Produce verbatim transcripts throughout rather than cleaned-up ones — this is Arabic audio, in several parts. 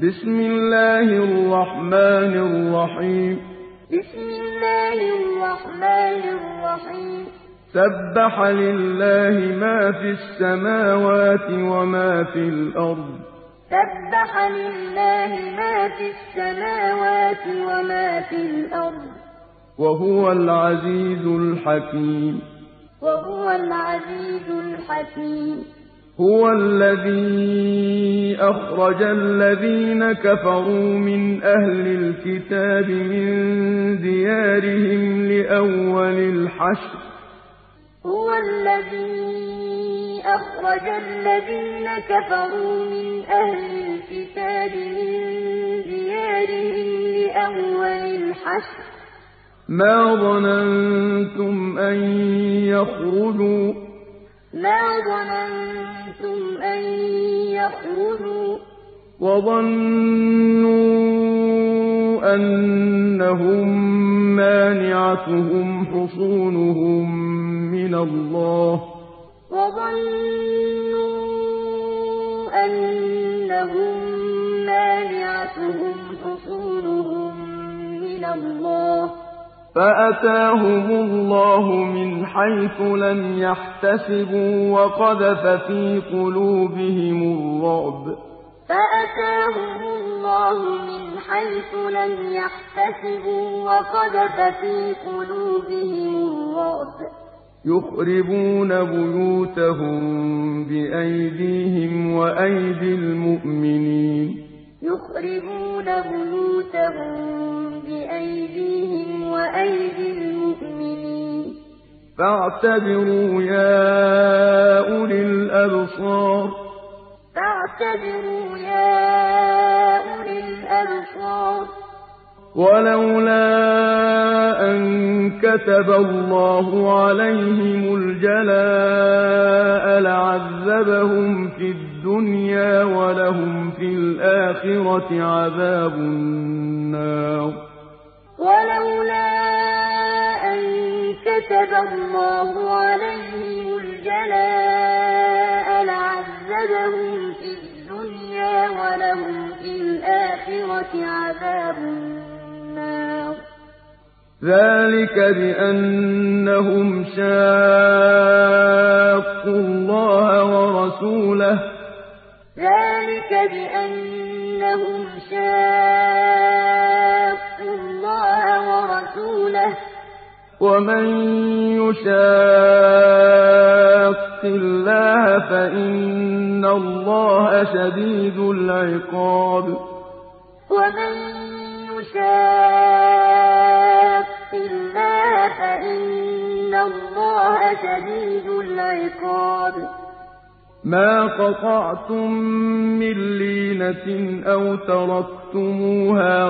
بسم الله الرحمن الرحيم بسم الله الرحمن الرحيم سبح لله ما في السماوات وما في الأرض سبح لله ما في السماوات وما في الأرض وهو العزيز الحكيم وهو العزيز الحكيم هو الذي أخرج الذين كفروا من أهل الكتاب من ديارهم لأول الحشر هو الذي أخرج الذين كفروا من أهل الكتاب من ديارهم لأول الحشر ما ظننتم أن يخرجوا ما ظننتم أن يخرجوا وظنوا أنهم مانعتهم حصونهم من الله وظنوا أنهم مانعتهم حصونهم من الله فأتاهم الله من حيث لم يحتسبوا وقذف في قلوبهم الرعب فأتاهم الله من حيث لم يحتسبوا وقذف في قلوبهم الرعب يخربون بيوتهم بأيديهم وأيدي المؤمنين يخربون بيوتهم بأيديهم وأيدي المؤمنين فاعتبروا يا أولي الأبصار فاعتبروا يا أولي الأبصار ولولا أن كتب الله عليهم الجلاء لعذبهم في الدنيا ولهم في الآخرة عذاب النار ولولا أن كتب الله عليهم الجلاء لعذبهم في الدنيا ولهم في الآخرة عذاب النار ذلك بأنهم شاقوا الله ورسوله ذلك بأنهم شاقوا الله ورسوله ومن يشاق الله فإن الله شديد العقاب ومن يشاق الله فإن الله شديد العقاب ما قطعتم من لينة أو تركتموها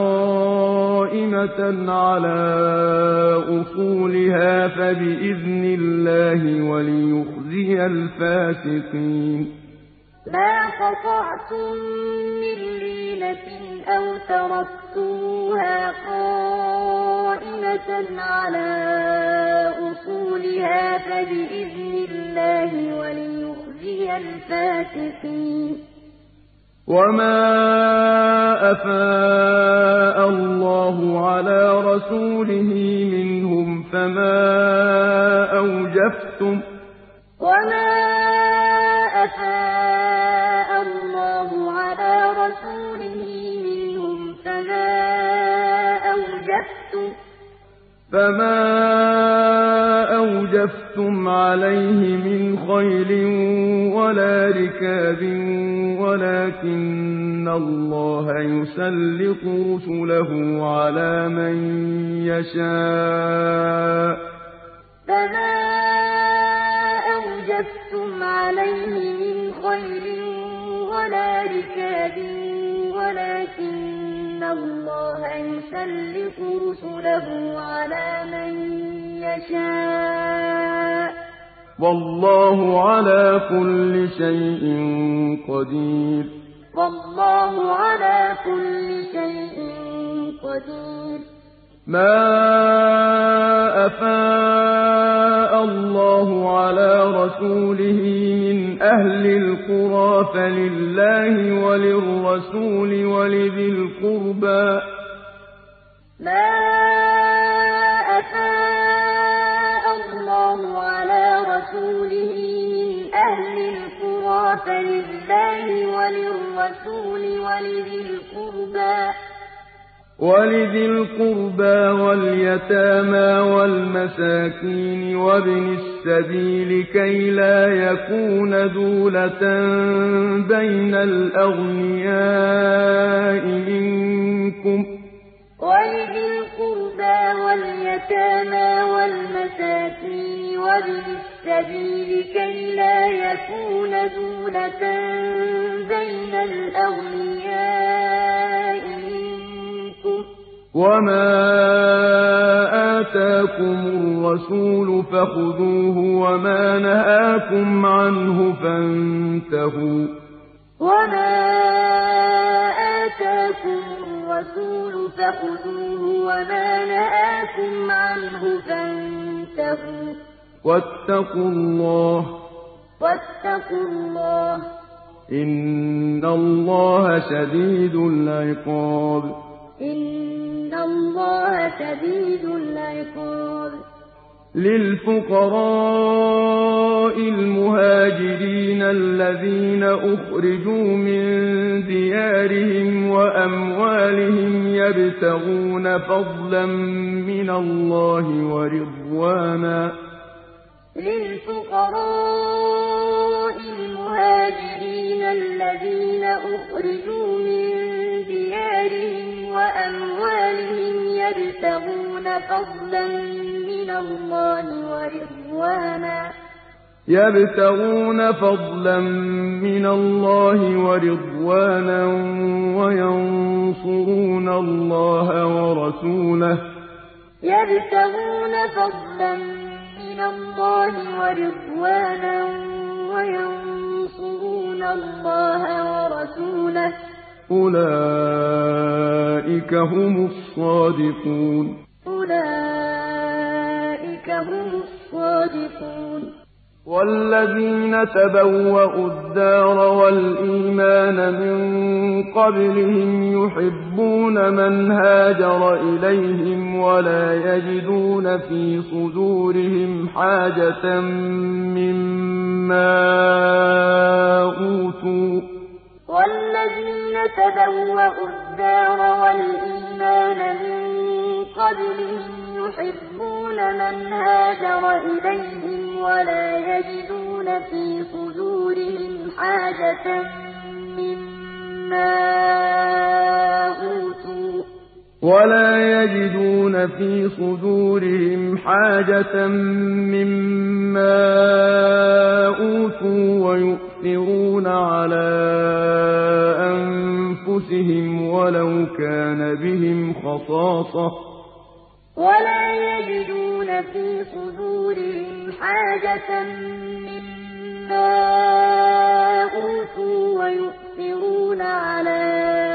قائمة على أصولها فبإذن الله وليخزي الفاسقين ما قطعتم من لينة أو تركتموها قائمة على أصولها فبإذن الله وليخزي الفاسقين وما أفاء الله على رسوله منهم فما أوجفتم وما أفاء الله على رسوله منهم فما أوجفتم فما أوجفتم عليه من خيل ولا ركاب ولكن الله يسلط رسله على من يشاء فما أوجفتم عليه من خيل ولا ركاب ولكن الله يسلط رسله على من يشاء والله على كل شيء قدير والله على كل شيء قدير مَا أَفَاءَ اللَّهُ عَلَىٰ رَسُولِهِ مِنْ أَهْلِ الْقُرَىٰ فَلِلَّهِ وَلِلرَّسُولِ وَلِذِي الْقُرْبَىٰ مَا أَفَاءَ اللَّهُ عَلَىٰ رَسُولِهِ مِنْ أَهْلِ الْقُرَىٰ فَلِلَّهِ وَلِلرَّسُولِ وَلِذِي الْقُرْبَىٰ ولذي القربى وَالْيَتَامَىٰ وَالْمَسَاكِينِ وَابْنِ السَّبِيلِ كَيْ لَا يَكُونَ دُولَةً بَيْنَ الْأَغْنِيَاءِ مِنكُمْ ۚ ولذي القربى واليتامى والمساكين وابن السبيل كي لا يكون دولة بين الأغنياء منكم ۚ وَمَا آتَاكُمُ الرَّسُولُ فَخُذُوهُ وَمَا نَهَاكُمْ عَنْهُ فَانتَهُوا ۚ وَمَا آتَاكُمُ الرَّسُولُ فَخُذُوهُ وَمَا نَهَاكُمْ عَنْهُ فَانتَهُوا ۚ وَاتَّقُوا اللَّهَ وَاتَّقُوا اللَّهَ ۖ إِنَّ اللَّهَ شَدِيدُ الْعِقَابِ إِنَّ اللَّهَ شَدِيدُ الْعِقَابِ. لِلْفُقَرَاءِ الْمُهَاجِرِينَ الَّذِينَ أُخْرِجُوا مِن دِيَارِهِمْ وَأَمْوَالِهِمْ يَبْتَغُونَ فَضْلًا مِّنَ اللَّهِ وَرِضْوَانًا لِلْفُقَرَاءِ الْمُهَاجِرِينَ الَّذِينَ أُخْرِجُوا مِن دِيَارِهِمْ وَأَمْوَالِهِمْ يَبْتَغُونَ فَضْلًا مِّنَ اللَّهِ وَرِضْوَانًا يَبْتَغُونَ فَضْلًا مِّنَ اللَّهِ وَرِضْوَانًا وَيَنصُرُونَ اللَّهَ وَرَسُولَهُ يَبْتَغُونَ فَضْلًا مِّنَ اللَّهِ وَرِضْوَانًا وَيَنصُرُونَ اللَّهَ وَرَسُولَهُ ۚ أُولَٰئِكَ هُمُ الصَّادِقُونَ أُولَٰئِكَ هُمُ الصَّادِقُونَ. وَالَّذِينَ تَبَوَّءُوا الدَّارَ وَالْإِيمَانَ مِن قَبْلِهِمْ يُحِبُّونَ مَنْ هَاجَرَ إِلَيْهِمْ وَلَا يَجِدُونَ فِي صُدُورِهِمْ حَاجَةً مِّمَّا أُوتُوا ۚ وَالَّذِينَ تَبَوَّءُوا الدَّارَ وَالْإِيمَانَ مِن قَبْلِهِمْ يُحِبُّونَ مَنْ هَاجَرَ إِلَيْهِمْ وَلَا يَجِدُونَ فِي صُدُورِهِمْ حَاجَةً مِّمَّا أُوتُوا ۚ وَلَا يَجِدُونَ فِي صُدُورِهِمْ حَاجَةً مِّمَّا أُوتُوا وَيُؤْثِرُونَ عَلَىٰ أَنفُسِهِمْ وَلَوْ كَانَ بِهِمْ خَصَاصَةٌ ۚ وَلَا يَجِدُونَ فِي صُدُورِهِمْ حَاجَةً مِّمَّا أُوتُوا وَيُؤْثِرُونَ عَلَىٰ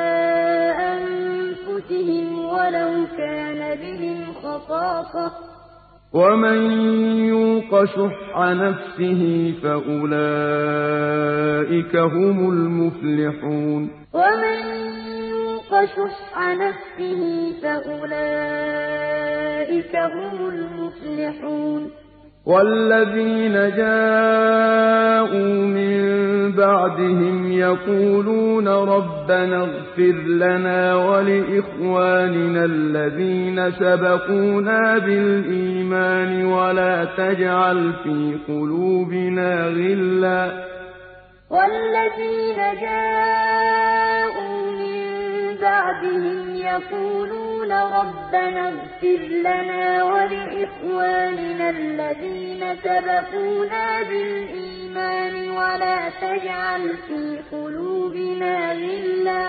أَنفُسِهِمْ وَلَوْ كَانَ بِهِمْ خَصَاصَةٌ ۚ وَمَن يُوقَ شُحَّ نَفْسِهِ فَأُولَٰئِكَ هُمُ الْمُفْلِحُونَ وَمَن يُوقَ شُحَّ نَفْسِهِ فَأُولَٰئِكَ هُمُ الْمُفْلِحُونَ. وَالَّذِينَ جَاءُوا مِن بَعْدِهِمْ يَقُولُونَ رَبَّنَا اغْفِرْ لَنَا وَلِإِخْوَانِنَا الَّذِينَ سَبَقُونَا بِالْإِيمَانِ وَلَا تَجْعَلْ فِي قُلُوبِنَا غِلًّا وَالَّذِينَ جَاءُوا مِن بَعْدِهِمْ يَقُولُونَ رَبَّنَا اغْفِرْ لَنَا وَلِإِخْوَانِنَا الَّذِينَ سَبَقُونَا بِالْإِيمَانِ وَلَا تَجْعَلْ فِي قُلُوبِنَا غِلًّا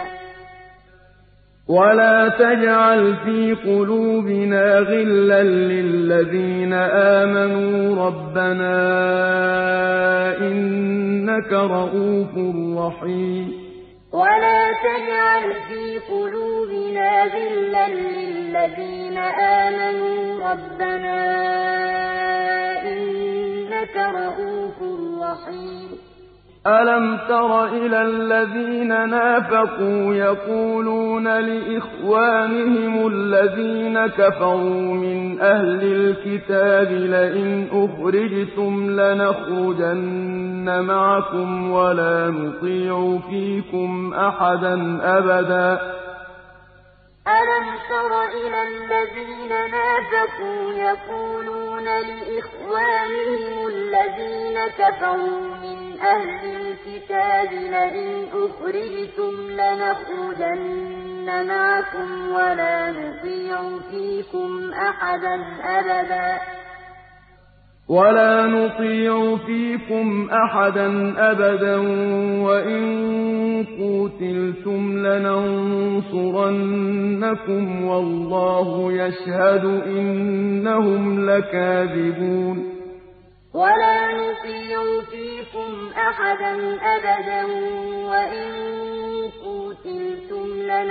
وَلَا تَجْعَلْ فِي قُلُوبِنَا غِلًّا لِّلَّذِينَ آمَنُوا رَبَّنَا إِنَّكَ رَءُوفٌ رَّحِيمٌ ولا تجعل في قلوبنا غلا للذين آمنوا ربنا إنك رءوف رحيم ألم تر إلى الذين نافقوا يقولون لإخوانهم الذين كفروا من أهل الكتاب لئن أخرجتم لنخرجن معكم ولا نطيع فيكم أحدا أبدا ألم تر إلى الذين نافقوا يقولون لإخوانهم الذين كفروا من أهل الكتاب لئن أخرجتم لنخرجن معكم ولا نطيع فيكم أحدا أبدا ولا نطيع فيكم أحدا أبدا وإن قوتلتم لننصرنكم والله يشهد إنهم لكاذبون ولا نطيع فيكم أحدا أبدا وإن قوتلتم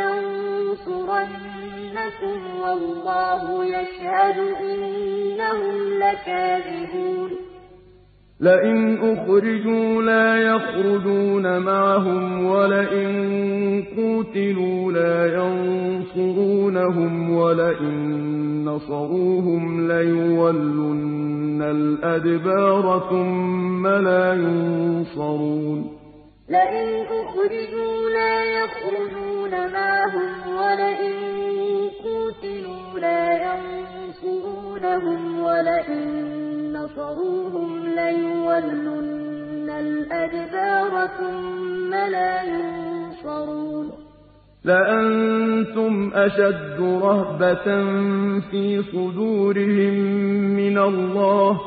لننصرنكم والله يشهد إنهم لكاذبون لئن أخرجوا لا يخرجون معهم ولئن قوتلوا لا ينصرونهم ولئن نصروهم ليولن الأدبار ثم لا ينصرون لئن أخرجوا لا يخرجون معهم ولئن قوتلوا لا ينصرونهم ولئن نصروهم ليولن الأدبار ثم لا ينصرون لأنتم أشد رهبة في صدورهم من الله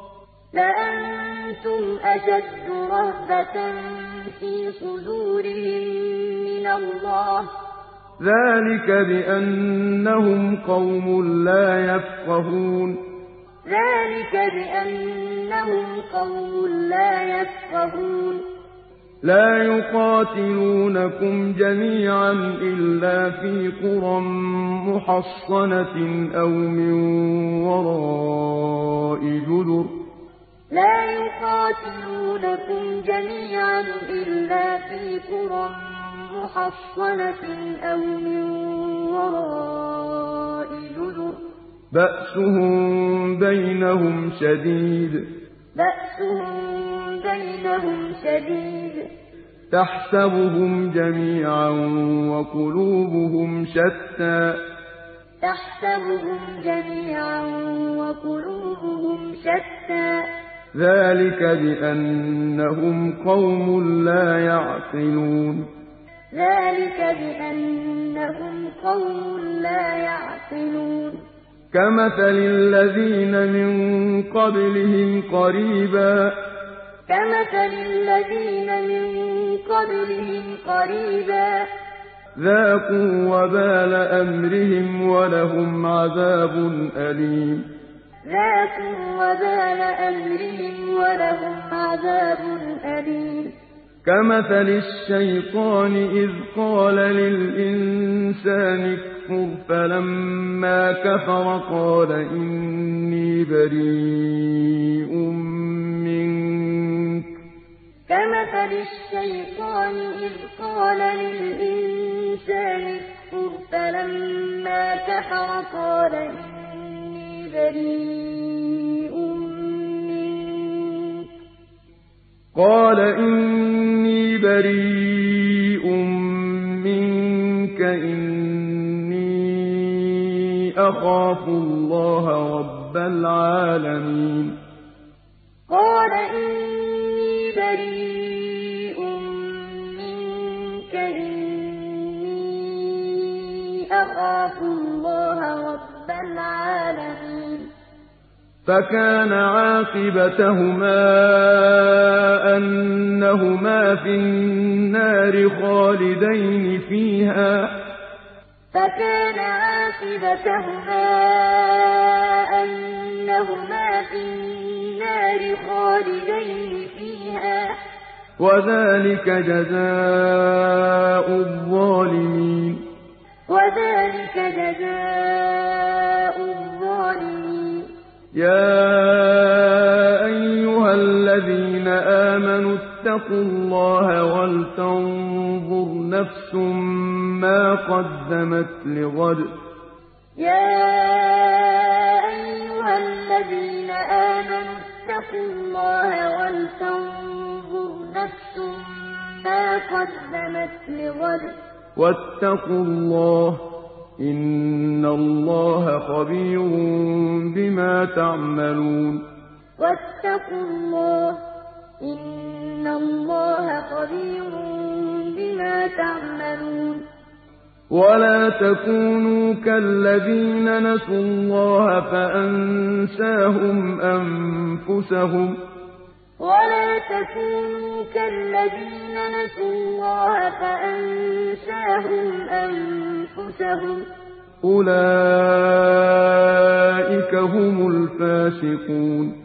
لأنتم أشد رهبة في صدورهم من الله ذلك بأنهم قوم لا يفقهون ذلك بأنهم قوم لا يفقهون لا يقاتلونكم جميعا إلا في قرى محصنة أو من وراء جدر لا يقاتلونكم جميعا إلا في قرى محصنة أو من وراء جدر بأسهم بينهم شديد بأسهم بينهم شديد تحسبهم جميعا وقلوبهم شتى تحسبهم جميعا وقلوبهم شتى ذلك بأنهم قوم لا يعقلون ذلك بأنهم قوم لا يعقلون كمثل الذين من قبلهم قريبا كمثل الذين من قبلهم قريبا ذاقوا وبال أمرهم ولهم عذاب أليم ذاقوا وبال أمرهم ولهم عذاب أليم كمثل الشيطان إذ قال للإنسان اكفر فلما كفر قال إني بريء منك كمثل الشيطان إذ قال للإنسان اكفر فلما كفر قال إني بريء منك قال إني بريء منك إني أخاف الله رب العالمين قال إني بريء منك إني أخاف الله رب العالمين فكان عاقبتهما أنهما في النار خالدين فيها فكان عاقبتهما أنهما في النار خالدين فيها وذلك جزاء الظالمين وذلك جزاء الظالمين يا أيها الذين آمنوا اتقوا الله ولتنظر نفس ما قدمت لغد يا أيها الذين آمنوا اتقوا الله ولتنظر نفس ما قدمت لغد واتقوا الله إن الله خبير بما تعملون واتقوا الله إن الله خبير بما تعملون ولا تكونوا كالذين نسوا الله فأنساهم أنفسهم ولا تكونوا كالذين نسوا الله فأنساهم أنفسهم أولئك هم الفاسقون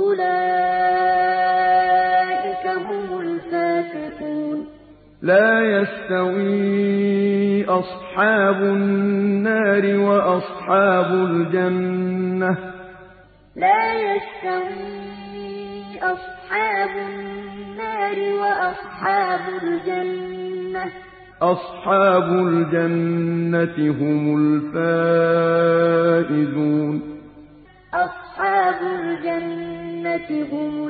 أولئك هم الفاسقون لا يستوي أصحاب النار وأصحاب الجنة لا يستوي أصحاب النار وأصحاب الجنة أصحاب الجنة هم الفائزون أصحاب الجنة هم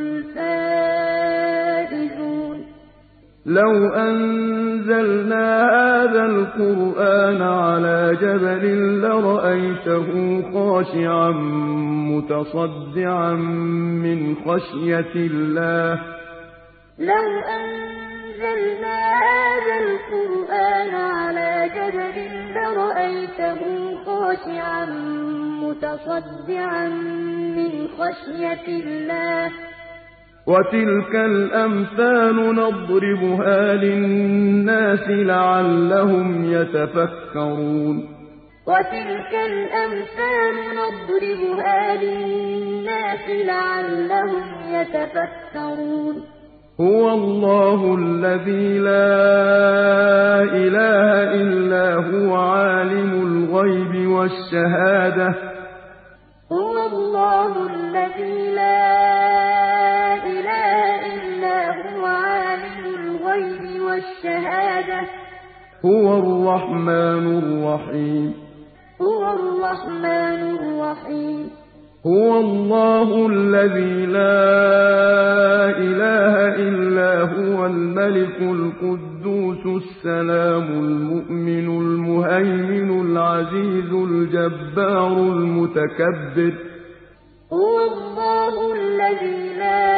الفائزون لو أنزلنا هذا القرآن على جبل لرأيته خاشعا متصدعا من خشية الله لو أنزلنا هذا القرآن على جبل لرأيته خاشعا متصدعا من خشية الله وتلك الأمثال نضربها للناس لعلهم يتفكرون وتلك الأمثال نضربها للناس لعلهم يتفكرون هو الله الذي لا إله إلا هو عالم الغيب والشهادة هو الله الذي لا إله إلا هو عالم الغيب والشهادة هو الرحمن الرحيم هو الرحمن الرحيم هو الله الذي لا إله إلا هو الملك القدوس السلام المؤمن المهيمن العزيز الجبار المتكبر هو الله الذي لا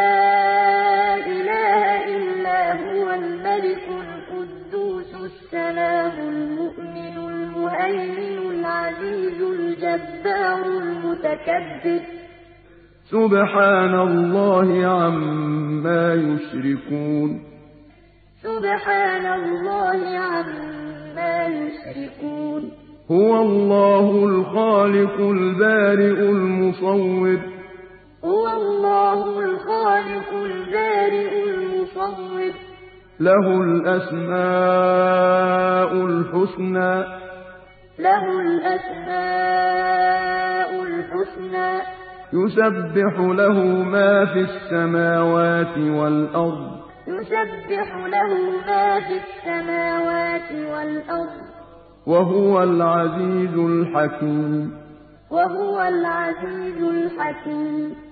إله إلا هو الملك القدوس السلام المؤمن المهيمن العزيز الجبار المتكبر سبحان الله عما يشركون سبحان الله عما يشركون هو الله الخالق البارئ المصور هو الله الخالق البارئ المصور له الأسماء الحسنى له الأسماء الحسنى يسبح له ما في السماوات والأرض يسبح له ما في السماوات والأرض وهو العزيز الحكيم وهو العزيز الحكيم